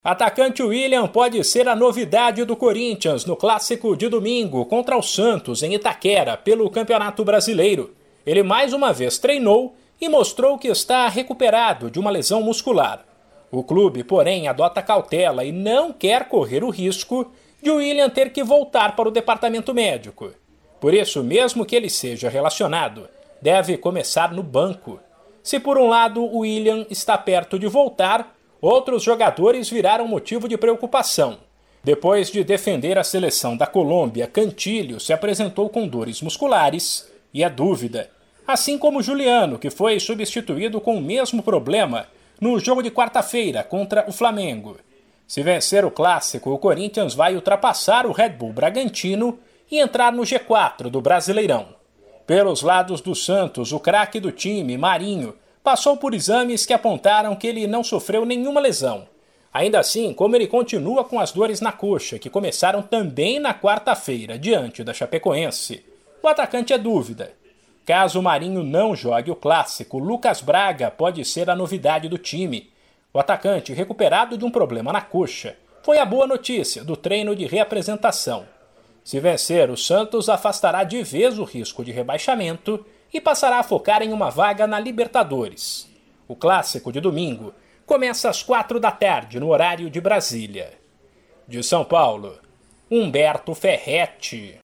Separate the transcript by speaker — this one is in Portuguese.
Speaker 1: Atacante William pode ser a novidade do Corinthians no clássico de domingo contra o Santos, em Itaquera, pelo Campeonato Brasileiro. Ele mais uma vez treinou e mostrou que está recuperado de uma lesão muscular. O clube, porém, adota cautela e não quer correr o risco de William ter que voltar para o departamento médico. Por isso, mesmo que ele seja relacionado, deve começar no banco. Se por um lado o William está perto de voltar, outros jogadores viraram motivo de preocupação. Depois de defender a seleção da Colômbia, Cantillo se apresentou com dores musculares e é dúvida. Assim como Juliano, que foi substituído com o mesmo problema no jogo de quarta-feira contra o Flamengo. Se vencer o clássico, o Corinthians vai ultrapassar o Red Bull Bragantino e entrar no G4 do Brasileirão. Pelos lados do Santos, o craque do time, Marinho, passou por exames que apontaram que ele não sofreu nenhuma lesão. Ainda assim, como ele continua com as dores na coxa, que começaram também na quarta-feira, diante da Chapecoense, o atacante é dúvida. Caso o Marinho não jogue o clássico, Lucas Braga pode ser a novidade do time. O atacante, recuperado de um problema na coxa, foi a boa notícia do treino de reapresentação. Se vencer, o Santos afastará de vez o risco de rebaixamento e passará a focar em uma vaga na Libertadores. O clássico de domingo começa às 16h no horário de Brasília. De São Paulo, Humberto Ferretti.